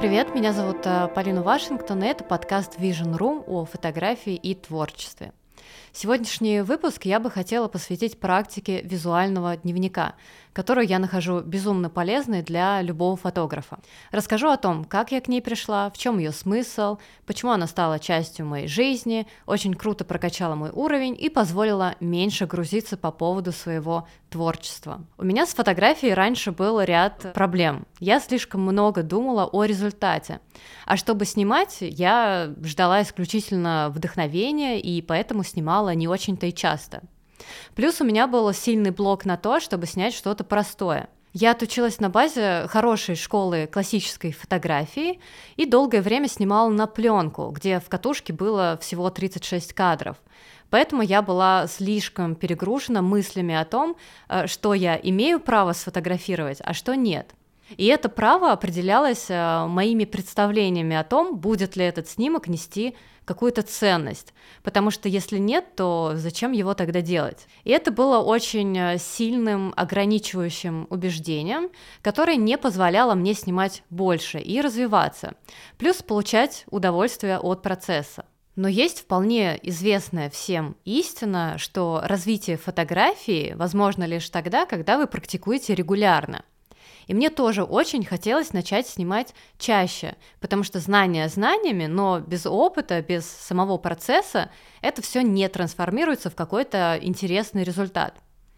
Привет, меня зовут Полина Вашингтон, и это подкаст Vision Room о фотографии и творчестве. Сегодняшний выпуск я бы хотела посвятить практике визуального дневника, которую я нахожу безумно полезной для любого фотографа. Расскажу о том, как я к ней пришла, в чем ее смысл, почему она стала частью моей жизни, очень круто прокачала мой уровень и позволила меньше грузиться по поводу своего творчества. У меня с фотографией раньше был ряд проблем. Я слишком много думала о результате. А чтобы снимать, я ждала исключительно вдохновения и поэтому снимала не очень-то и часто. Плюс у меня был сильный блок на то, чтобы снять что-то простое. Я отучилась на базе хорошей школы классической фотографии и долгое время снимала на пленку, где в катушке было всего 36 кадров. Поэтому я была слишком перегружена мыслями о том, что я имею право сфотографировать, а что нет. И это право определялось моими представлениями о том, будет ли этот снимок нести какую-то ценность. Потому что если нет, то зачем его тогда делать? И это было очень сильным ограничивающим убеждением, которое не позволяло мне снимать больше и развиваться, плюс получать удовольствие от процесса. Но есть вполне известная всем истина, что развитие фотографии возможно лишь тогда, когда вы практикуете регулярно. И мне тоже очень хотелось начать снимать чаще, потому что знания знаниями, но без опыта, без самого процесса это все не трансформируется в какой-то интересный результат.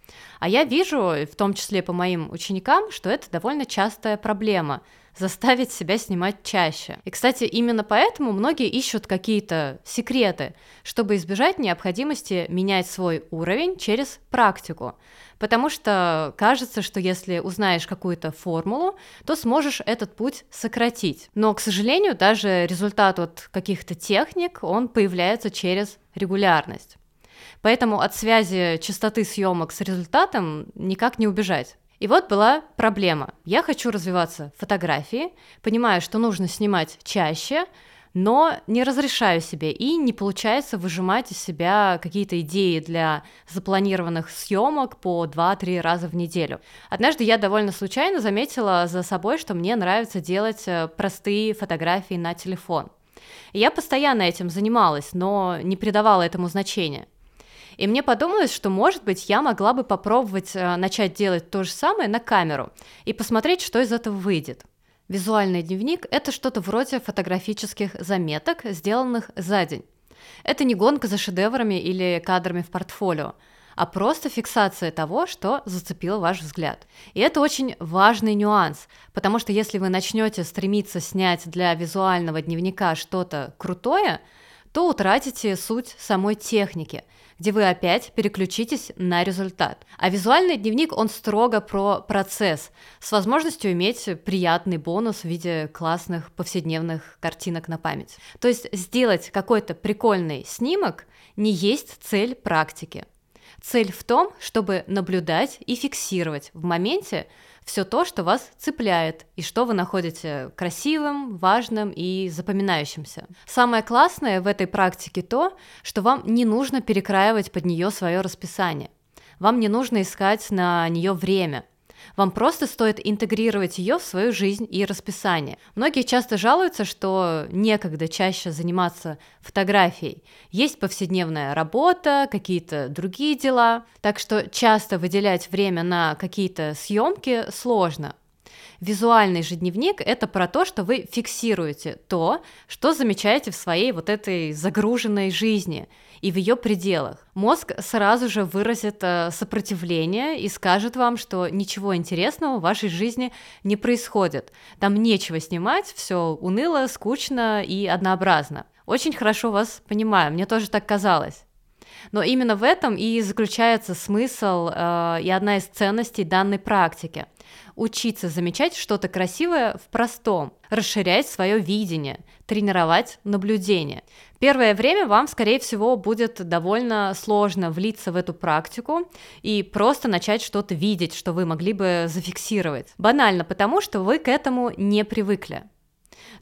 А я вижу, в том числе по моим ученикам, что это довольно частая проблема – заставить себя снимать чаще. И, кстати, именно поэтому многие ищут какие-то секреты, чтобы избежать необходимости менять свой уровень через практику. Потому что кажется, что если узнаешь какую-то формулу, то сможешь этот путь сократить. Но, к сожалению, даже результат от каких-то техник, он появляется через регулярность. Поэтому от связи частоты съемок с результатом никак не убежать. И вот была проблема. Я хочу развиваться в фотографии, понимаю, что нужно снимать чаще, но не разрешаю себе и не получается выжимать из себя какие-то идеи для запланированных съемок по 2-3 раза в неделю. Однажды я довольно случайно заметила за собой, что мне нравится делать простые фотографии на телефон. И я постоянно этим занималась, но не придавала этому значения. И мне подумалось, что, может быть, я могла бы попробовать начать делать то же самое на камеру и посмотреть, что из этого выйдет. Визуальный дневник – это что-то вроде фотографических заметок, сделанных за день. Это не гонка за шедеврами или кадрами в портфолио, а просто фиксация того, что зацепило ваш взгляд. И это очень важный нюанс, потому что если вы начнете стремиться снять для визуального дневника что-то крутое, то утратите суть самой техники, где вы опять переключитесь на результат. А визуальный дневник, он строго про процесс, с возможностью иметь приятный бонус в виде классных повседневных картинок на память. То есть сделать какой-то прикольный снимок не есть цель практики. Цель в том, чтобы наблюдать и фиксировать в моменте все то, что вас цепляет, и что вы находите красивым, важным и запоминающимся. Самое классное в этой практике то, что вам не нужно перекраивать под нее свое расписание. Вам не нужно искать на нее время. Вам просто стоит интегрировать ее в свою жизнь и расписание. Многие часто жалуются, что некогда чаще заниматься фотографией. Есть повседневная работа, какие-то другие дела, так что часто выделять время на какие-то съемки сложно. Визуальный же дневник – это про то, что вы фиксируете то, что замечаете в своей вот этой загруженной жизни и в ее пределах. Мозг сразу же выразит сопротивление и скажет вам, что ничего интересного в вашей жизни не происходит. Там нечего снимать, все уныло, скучно и однообразно. Очень хорошо вас понимаю, мне тоже так казалось. Но именно в этом и заключается смысл и одна из ценностей данной практики. Учиться замечать что-то красивое в простом, расширять свое видение, тренировать наблюдение. Первое время вам, скорее всего, будет довольно сложно влиться в эту практику и просто начать что-то видеть, что вы могли бы зафиксировать. Банально потому, что вы к этому не привыкли.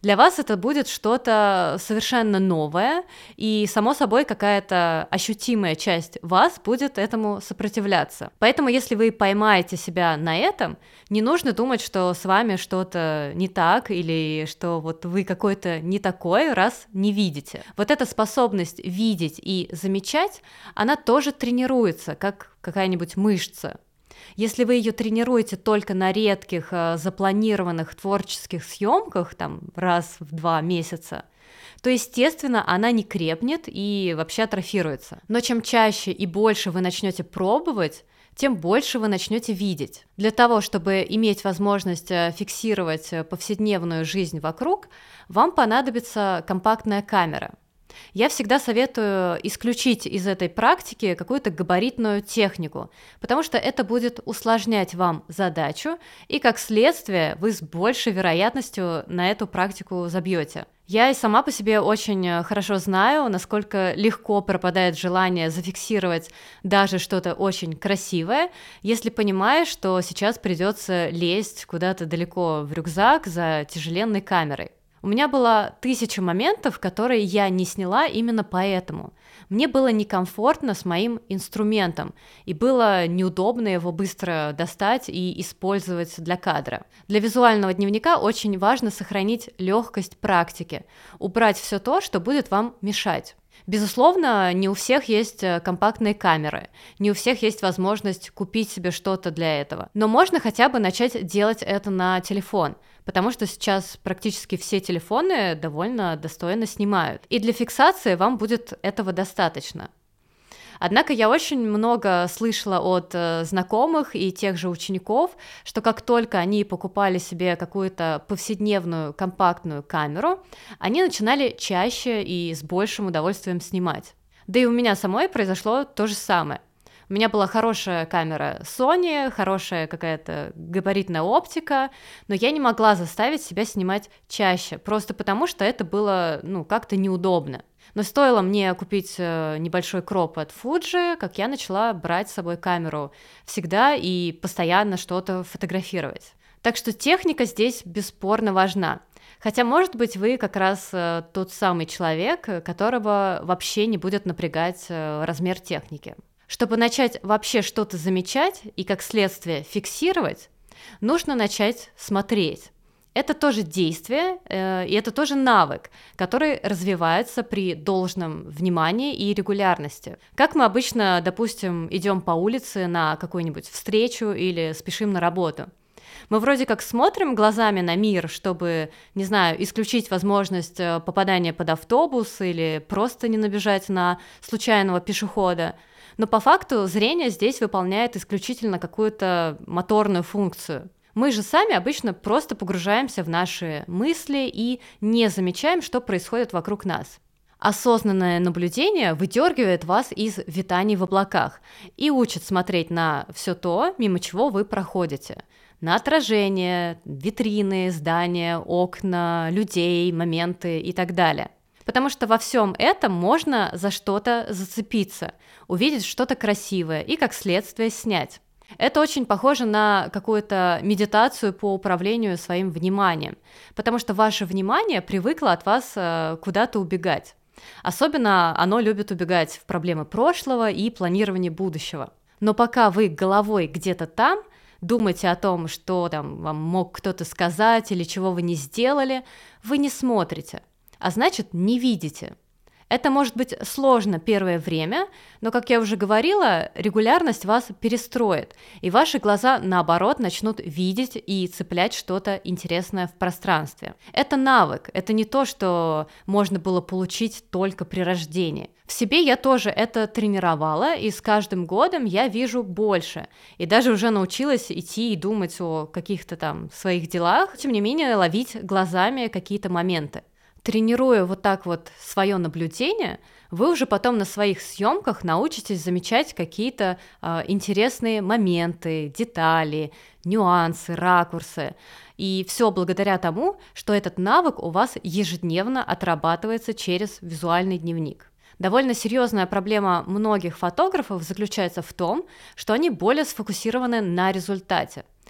Для вас это будет что-то совершенно новое, и, само собой, какая-то ощутимая часть вас будет этому сопротивляться. Поэтому, если вы поймаете себя на этом, не нужно думать, что с вами что-то не так, или что вот вы какой-то не такой, раз не видите. Вот эта способность видеть и замечать, она тоже тренируется, как какая-нибудь мышца. Если вы ее тренируете только на редких, запланированных творческих съемках, там, раз в 2 месяца, то, естественно, она не крепнет и вообще атрофируется. Но чем чаще и больше вы начнете пробовать, тем больше вы начнете видеть. Для того, чтобы иметь возможность фиксировать повседневную жизнь вокруг, вам понадобится компактная камера. Я всегда советую исключить из этой практики какую-то габаритную технику, потому что это будет усложнять вам задачу, и как следствие вы с большей вероятностью на эту практику забьете. Я и сама по себе очень хорошо знаю, насколько легко пропадает желание зафиксировать даже что-то очень красивое, если понимаешь, что сейчас придется лезть куда-то далеко в рюкзак за тяжеленной камерой. У меня было 1000 моментов, которые я не сняла именно поэтому. Мне было некомфортно с моим инструментом, и было неудобно его быстро достать и использовать для кадра. Для визуального дневника очень важно сохранить легкость практики, убрать все то, что будет вам мешать. Безусловно, не у всех есть компактные камеры, не у всех есть возможность купить себе что-то для этого, но можно хотя бы начать делать это на телефон, потому что сейчас практически все телефоны довольно достойно снимают, и для фиксации вам будет этого достаточно. Однако я очень много слышала от знакомых и тех же учеников, что как только они покупали себе какую-то повседневную компактную камеру, они начинали чаще и с большим удовольствием снимать. Да и у меня самой произошло то же самое. У меня была хорошая камера Sony, хорошая какая-то габаритная оптика, но я не могла заставить себя снимать чаще, просто потому что это было, как-то неудобно. Но стоило мне купить небольшой кроп от Fuji, как я начала брать с собой камеру всегда и постоянно что-то фотографировать. Так что техника здесь бесспорно важна. Хотя, может быть, вы как раз тот самый человек, которого вообще не будет напрягать размер техники. Чтобы начать вообще что-то замечать и, как следствие, фиксировать, нужно начать смотреть. Это тоже действие, и это тоже навык, который развивается при должном внимании и регулярности. Как мы обычно, допустим, идем по улице на какую-нибудь встречу или спешим на работу. Мы вроде как смотрим глазами на мир, чтобы, не знаю, исключить возможность попадания под автобус или просто не набежать на случайного пешехода. Но по факту зрение здесь выполняет исключительно какую-то моторную функцию. Мы же сами обычно просто погружаемся в наши мысли и не замечаем, что происходит вокруг нас. Осознанное наблюдение выдергивает вас из витаний в облаках и учит смотреть на все то, мимо чего вы проходите. На отражение, витрины, здания, окна, людей, моменты и так далее. Потому что во всем этом можно за что-то зацепиться, увидеть что-то красивое и, как следствие, снять. Это очень похоже на какую-то медитацию по управлению своим вниманием, потому что ваше внимание привыкло от вас куда-то убегать. Особенно оно любит убегать в проблемы прошлого и планирование будущего. Но пока вы головой где-то там, думаете о том, что там вам мог кто-то сказать или чего вы не сделали, вы не смотрите, а значит, не видите. Это может быть сложно первое время, но, как я уже говорила, регулярность вас перестроит, и ваши глаза, наоборот, начнут видеть и цеплять что-то интересное в пространстве. Это навык, это не то, что можно было получить только при рождении. В себе я тоже это тренировала, и с каждым годом я вижу больше, и даже уже научилась идти и думать о каких-то там своих делах, тем не менее ловить глазами какие-то моменты. Тренируя вот так вот свое наблюдение, вы уже потом на своих съемках научитесь замечать какие-то интересные моменты, детали, нюансы, ракурсы. И все благодаря тому, что этот навык у вас ежедневно отрабатывается через визуальный дневник. Довольно серьезная проблема многих фотографов заключается в том, что они более сфокусированы на результате.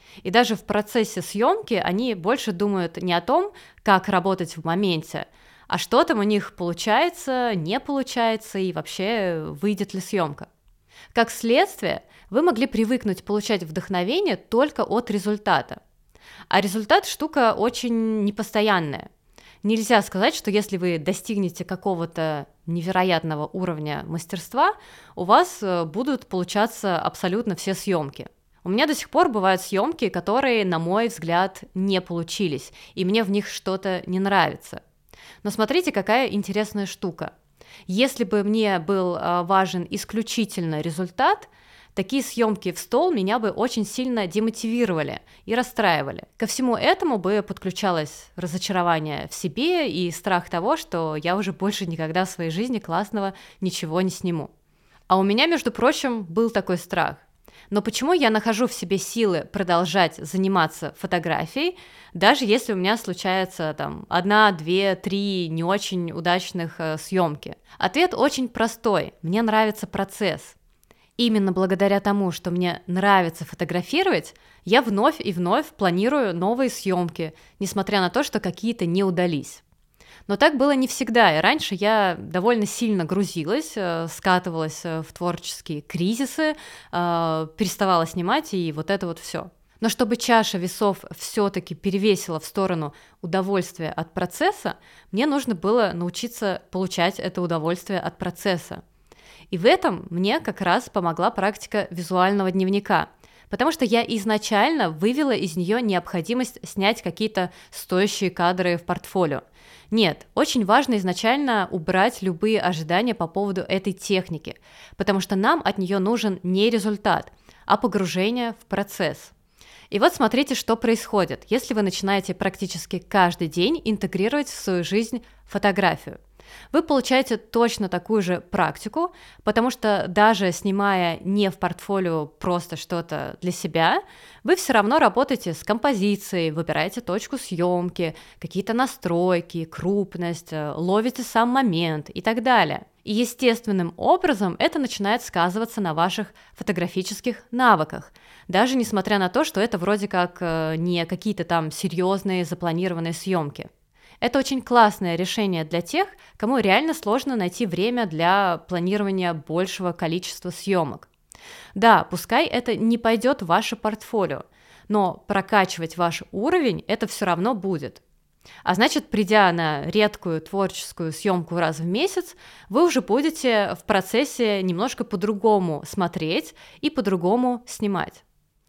И даже в процессе съемки они больше думают не о том, как работать в моменте, а что там у них получается, не получается и вообще выйдет ли съемка. Как следствие, вы могли привыкнуть получать вдохновение только от результата. А результат – штука очень непостоянная. Нельзя сказать, что если вы достигнете какого-то невероятного уровня мастерства, у вас будут получаться абсолютно все съемки. У меня до сих пор бывают съемки, которые, на мой взгляд, не получились, и мне в них что-то не нравится. Но смотрите, какая интересная штука. Если бы мне был важен исключительно результат, такие съемки в стол меня бы очень сильно демотивировали и расстраивали. Ко всему этому бы подключалось разочарование в себе и страх того, что я уже больше никогда в своей жизни классного ничего не сниму. А у меня, между прочим, был такой страх. Но почему я нахожу в себе силы продолжать заниматься фотографией, даже если у меня случается там 1, 2, 3 не очень удачных съемки? Ответ очень простой. Мне нравится процесс. Именно благодаря тому, что мне нравится фотографировать, я вновь и вновь планирую новые съемки, несмотря на то, что какие-то не удались. Но так было не всегда, и раньше я довольно сильно грузилась, скатывалась в творческие кризисы, переставала снимать, и вот это вот все. Но чтобы чаша весов все-таки перевесила в сторону удовольствия от процесса, мне нужно было научиться получать это удовольствие от процесса. И в этом мне как раз помогла практика визуального дневника, потому что я изначально вывела из нее необходимость снять какие-то стоящие кадры в портфолио. Нет, очень важно изначально убрать любые ожидания по поводу этой техники, потому что нам от нее нужен не результат, а погружение в процесс. И вот смотрите, что происходит, если вы начинаете практически каждый день интегрировать в свою жизнь фотографию. Вы получаете точно такую же практику, потому что даже снимая не в портфолио просто что-то для себя, вы все равно работаете с композицией, выбираете точку съемки, какие-то настройки, крупность, ловите сам момент и так далее. И естественным образом это начинает сказываться на ваших фотографических навыках, даже несмотря на то, что это вроде как не какие-то там серьезные запланированные съемки. Это очень классное решение для тех, кому реально сложно найти время для планирования большего количества съемок. Да, пускай это не пойдет в ваше портфолио, но прокачивать ваш уровень это все равно будет. А значит, придя на редкую творческую съемку раз в месяц, вы уже будете в процессе немножко по-другому смотреть и по-другому снимать.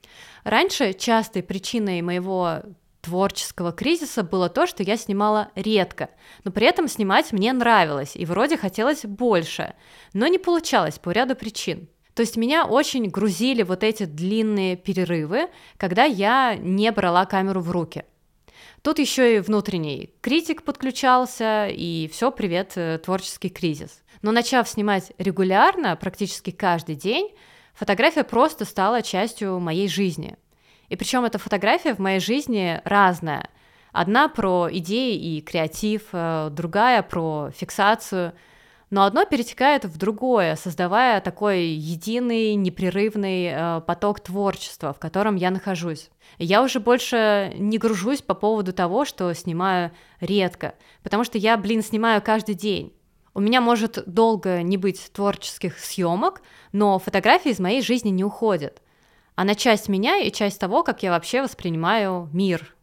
Раньше частой причиной моего творческого кризиса было то, что я снимала редко, но при этом снимать мне нравилось и вроде хотелось больше, но не получалось по ряду причин. То есть меня очень грузили вот эти длинные перерывы, когда я не брала камеру в руки. Тут еще и внутренний критик подключался, и все, привет, творческий кризис. Но начав снимать регулярно, практически каждый день, фотография просто стала частью моей жизни. И причем эта фотография в моей жизни разная. Одна про идеи и креатив, другая про фиксацию, но одно перетекает в другое, создавая такой единый, непрерывный поток творчества, в котором я нахожусь. И я уже больше не гружусь по поводу того, что снимаю редко, потому что я, снимаю каждый день. У меня может долго не быть творческих съемок, но фотографии из моей жизни не уходят. Она часть меня и часть того, как я вообще воспринимаю мир.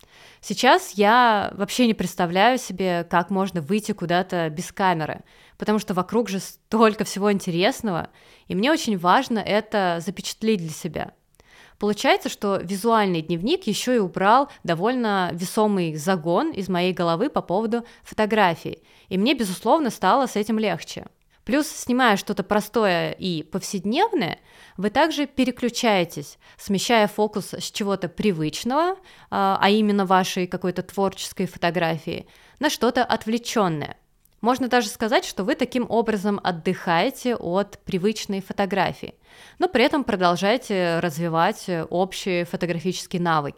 Сейчас я вообще не представляю себе, как можно выйти куда-то без камеры, потому что вокруг же столько всего интересного, и мне очень важно это запечатлеть для себя. Получается, что визуальный дневник еще и убрал довольно весомый загон из моей головы по поводу фотографий, и мне, безусловно, стало с этим легче. Плюс, снимая что-то простое и повседневное, вы также переключаетесь, смещая фокус с чего-то привычного, а именно вашей какой-то творческой фотографии, на что-то отвлеченное. Можно даже сказать, что вы таким образом отдыхаете от привычной фотографии, но при этом продолжаете развивать общие фотографические навыки.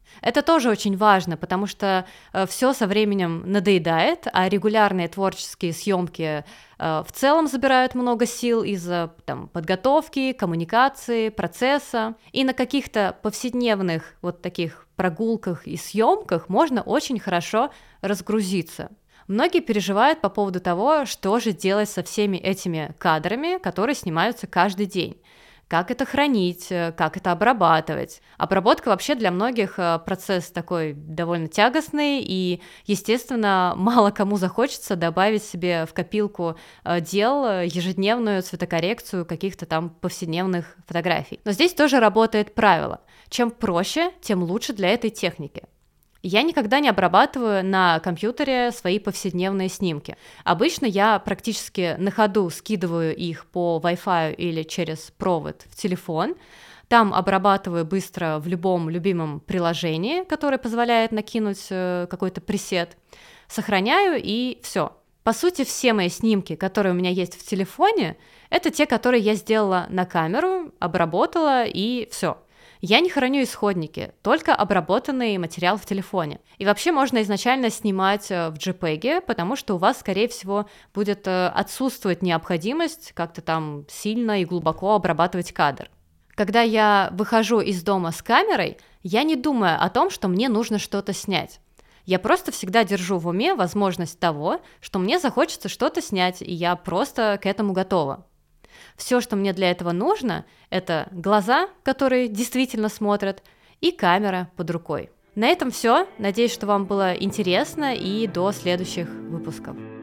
Это тоже очень важно, потому что все со временем надоедает, а регулярные творческие съемки в целом забирают много сил из-за подготовки, коммуникации, процесса. И на каких-то повседневных вот таких прогулках и съемках можно очень хорошо разгрузиться. Многие переживают по поводу того, что же делать со всеми этими кадрами, которые снимаются каждый день. Как это хранить, как это обрабатывать. Обработка вообще для многих процесс такой довольно тягостный, и, естественно, мало кому захочется добавить себе в копилку дел ежедневную цветокоррекцию каких-то там повседневных фотографий. Но здесь тоже работает правило. Чем проще, тем лучше для этой техники. Я никогда не обрабатываю на компьютере свои повседневные снимки. Обычно я практически на ходу скидываю их по Wi-Fi или через провод в телефон. Там обрабатываю быстро в любом любимом приложении, которое позволяет накинуть какой-то пресет. Сохраняю и все. По сути, все мои снимки, которые у меня есть в телефоне, это те, которые я сделала на камеру, обработала и все. Я не храню исходники, только обработанный материал в телефоне. И вообще можно изначально снимать в JPEG, потому что у вас, скорее всего, будет отсутствовать необходимость как-то там сильно и глубоко обрабатывать кадр. Когда я выхожу из дома с камерой, я не думаю о том, что мне нужно что-то снять. Я просто всегда держу в уме возможность того, что мне захочется что-то снять, и я просто к этому готова. Все, что мне для этого нужно, это глаза, которые действительно смотрят, и камера под рукой. На этом все. Надеюсь, что вам было интересно, и до следующих выпусков.